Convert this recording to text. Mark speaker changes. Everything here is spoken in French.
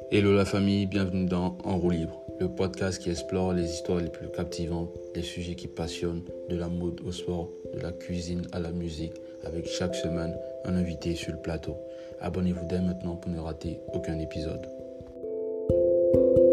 Speaker 1: Hello la famille, bienvenue dans En roue libre, le podcast qui explore les histoires les plus captivantes, les sujets qui passionnent, de la mode au sport, de la cuisine à la musique, avec chaque semaine un invité sur le plateau. Abonnez-vous dès maintenant pour ne rater aucun épisode.